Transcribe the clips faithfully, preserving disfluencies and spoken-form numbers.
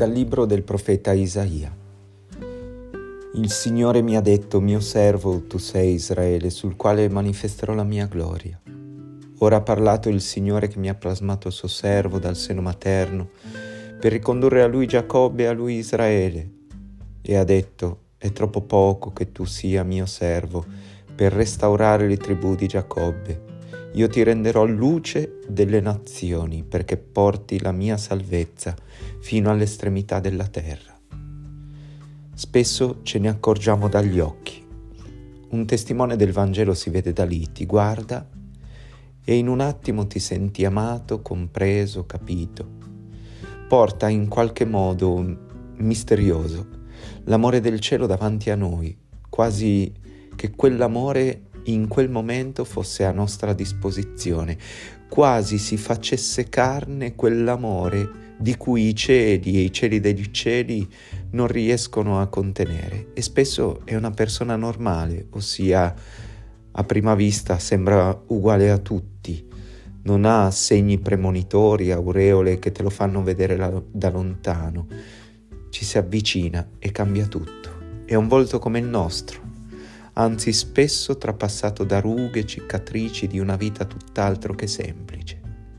Dal libro del profeta Isaia. Il Signore mi ha detto: mio servo tu sei, Israele, sul quale manifesterò la mia gloria. Ora ha parlato il Signore che mi ha plasmato suo servo dal seno materno per ricondurre a lui Giacobbe e a lui Israele. E ha detto: è troppo poco che tu sia mio servo per restaurare le tribù di Giacobbe. Io ti renderò luce delle nazioni perché porti la mia salvezza fino all'estremità della terra. Spesso ce ne accorgiamo dagli occhi. Un testimone del Vangelo si vede da lì, ti guarda e in un attimo ti senti amato, compreso, capito. Porta in qualche modo misterioso l'amore del cielo davanti a noi, quasi che quell'amore in quel momento fosse a nostra disposizione, quasi si facesse carne quell'amore di cui i cieli e i cieli degli cieli non riescono a contenere. E spesso è una persona normale, ossia a prima vista sembra uguale a tutti, non ha segni premonitori, aureole che te lo fanno vedere la, da lontano, ci si avvicina e cambia tutto. È un volto come il nostro, anzi spesso trapassato da rughe, cicatrici di una vita tutt'altro che semplice.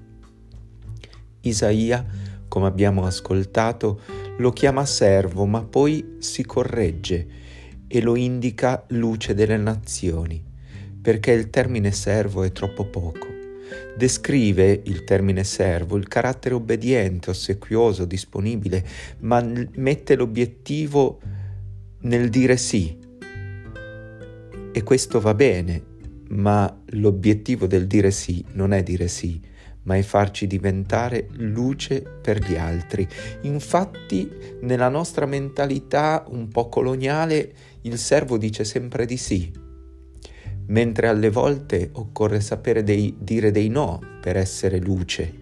Isaia, come abbiamo ascoltato, lo chiama servo, ma poi si corregge e lo indica luce delle nazioni, perché il termine servo è troppo poco. Descrive il termine servo il carattere obbediente, ossequioso, disponibile, ma mette l'obiettivo nel dire sì. E questo va bene, ma l'obiettivo del dire sì non è dire sì, ma è farci diventare luce per gli altri. Infatti, nella nostra mentalità un po' coloniale, il servo dice sempre di sì, mentre alle volte occorre sapere dei, dire dei no per essere luce.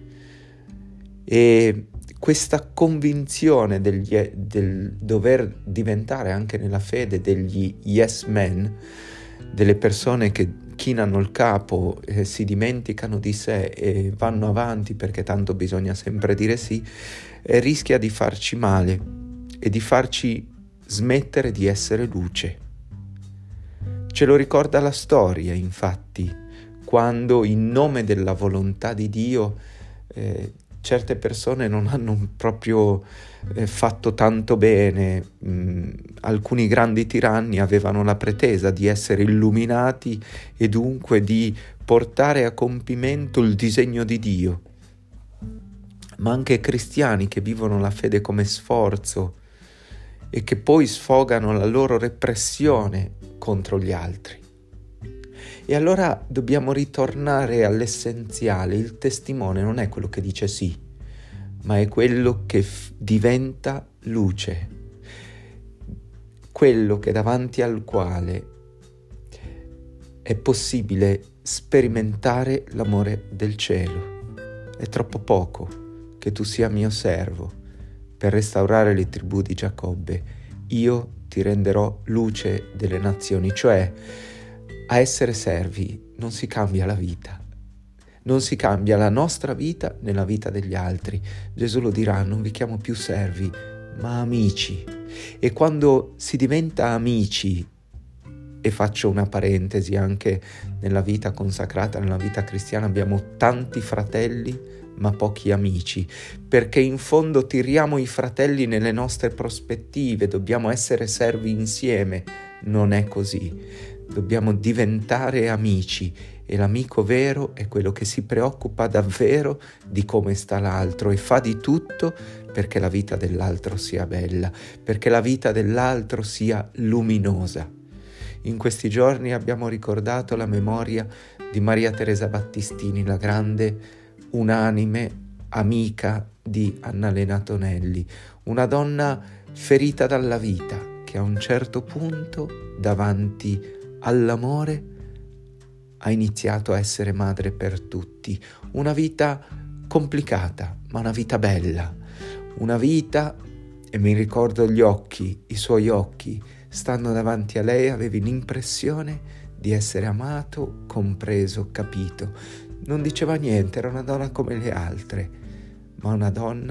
E questa convinzione degli, del dover diventare anche nella fede degli yes men, delle persone che chinano il capo, eh, si dimenticano di sé e vanno avanti perché tanto bisogna sempre dire sì, eh, rischia di farci male e di farci smettere di essere luce. Ce lo ricorda la storia, infatti, quando in nome della volontà di Dio eh, certe persone non hanno proprio eh, fatto tanto bene. Mm, alcuni grandi tiranni avevano la pretesa di essere illuminati e dunque di portare a compimento il disegno di Dio. Ma anche cristiani che vivono la fede come sforzo e che poi sfogano la loro repressione contro gli altri. E allora dobbiamo ritornare all'essenziale. Il testimone non è quello che dice sì, ma è quello che f- diventa luce, quello che davanti al quale è possibile sperimentare l'amore del cielo. È troppo poco che tu sia mio servo per restaurare le tribù di Giacobbe. Io ti renderò luce delle nazioni, cioè a essere servi non si cambia la vita, non si cambia la nostra vita nella vita degli altri. Gesù lo dirà: non vi chiamo più servi, ma amici. E quando si diventa amici, e faccio una parentesi, anche nella vita consacrata, nella vita cristiana abbiamo tanti fratelli ma pochi amici, perché in fondo tiriamo i fratelli nelle nostre prospettive, dobbiamo essere servi insieme. Non è così. Dobbiamo diventare amici e l'amico vero è quello che si preoccupa davvero di come sta l'altro e fa di tutto perché la vita dell'altro sia bella, perché la vita dell'altro sia luminosa. In questi giorni abbiamo ricordato la memoria di Maria Teresa Battistini, la grande, unanime amica di Annalena Tonelli, una donna ferita dalla vita che a un certo punto davanti all'amore ha iniziato a essere madre per tutti. Una vita complicata, ma una vita bella, una vita, e mi ricordo gli occhi, i suoi occhi, stando davanti a lei avevi l'impressione di essere amato, compreso, capito. Non diceva niente, era una donna come le altre, ma una donna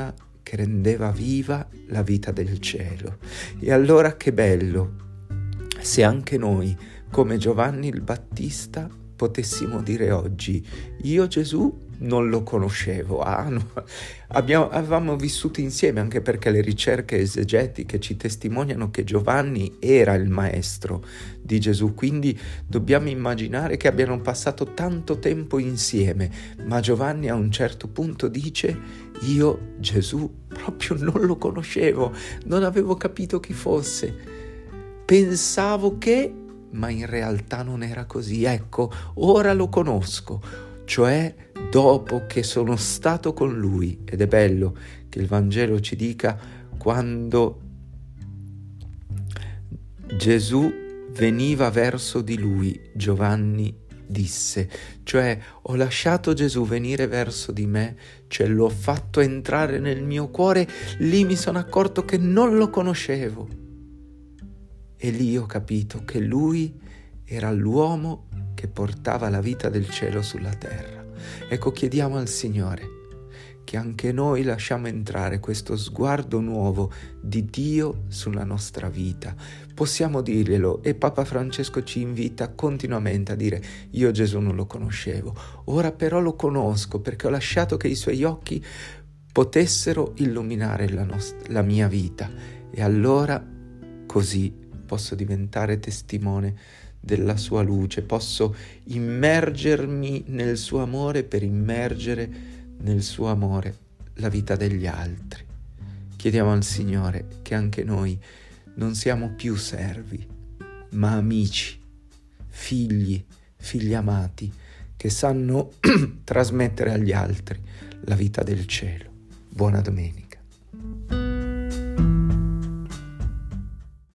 che rendeva viva la vita del cielo. E allora che bello se anche noi, come Giovanni il Battista, potessimo dire oggi: io Gesù non lo conoscevo. Ah, no. Abbiamo, avevamo vissuto insieme, anche perché le ricerche esegetiche ci testimoniano che Giovanni era il maestro di Gesù, quindi dobbiamo immaginare che abbiano passato tanto tempo insieme, ma Giovanni a un certo punto dice: io Gesù proprio non lo conoscevo, non avevo capito chi fosse, pensavo che, ma in realtà non era così. Ecco, ora lo conosco, cioè dopo che sono stato con lui. Ed è bello che il Vangelo ci dica: quando Gesù veniva verso di lui, Giovanni disse, cioè ho lasciato Gesù venire verso di me, cioè l'ho fatto entrare nel mio cuore, lì mi sono accorto che non lo conoscevo e lì ho capito che lui era l'uomo che portava la vita del cielo sulla terra. Ecco, chiediamo al Signore che anche noi lasciamo entrare questo sguardo nuovo di Dio sulla nostra vita. Possiamo dirglielo, e Papa Francesco ci invita continuamente a dire: io Gesù non lo conoscevo, ora però lo conosco perché ho lasciato che i suoi occhi potessero illuminare la, nost- la mia vita, e allora così posso diventare testimone della sua luce, posso immergermi nel suo amore per immergere nel suo amore la vita degli altri. Chiediamo al Signore che anche noi non siamo più servi, ma amici, figli, figli amati, che sanno trasmettere agli altri la vita del cielo. Buona domenica.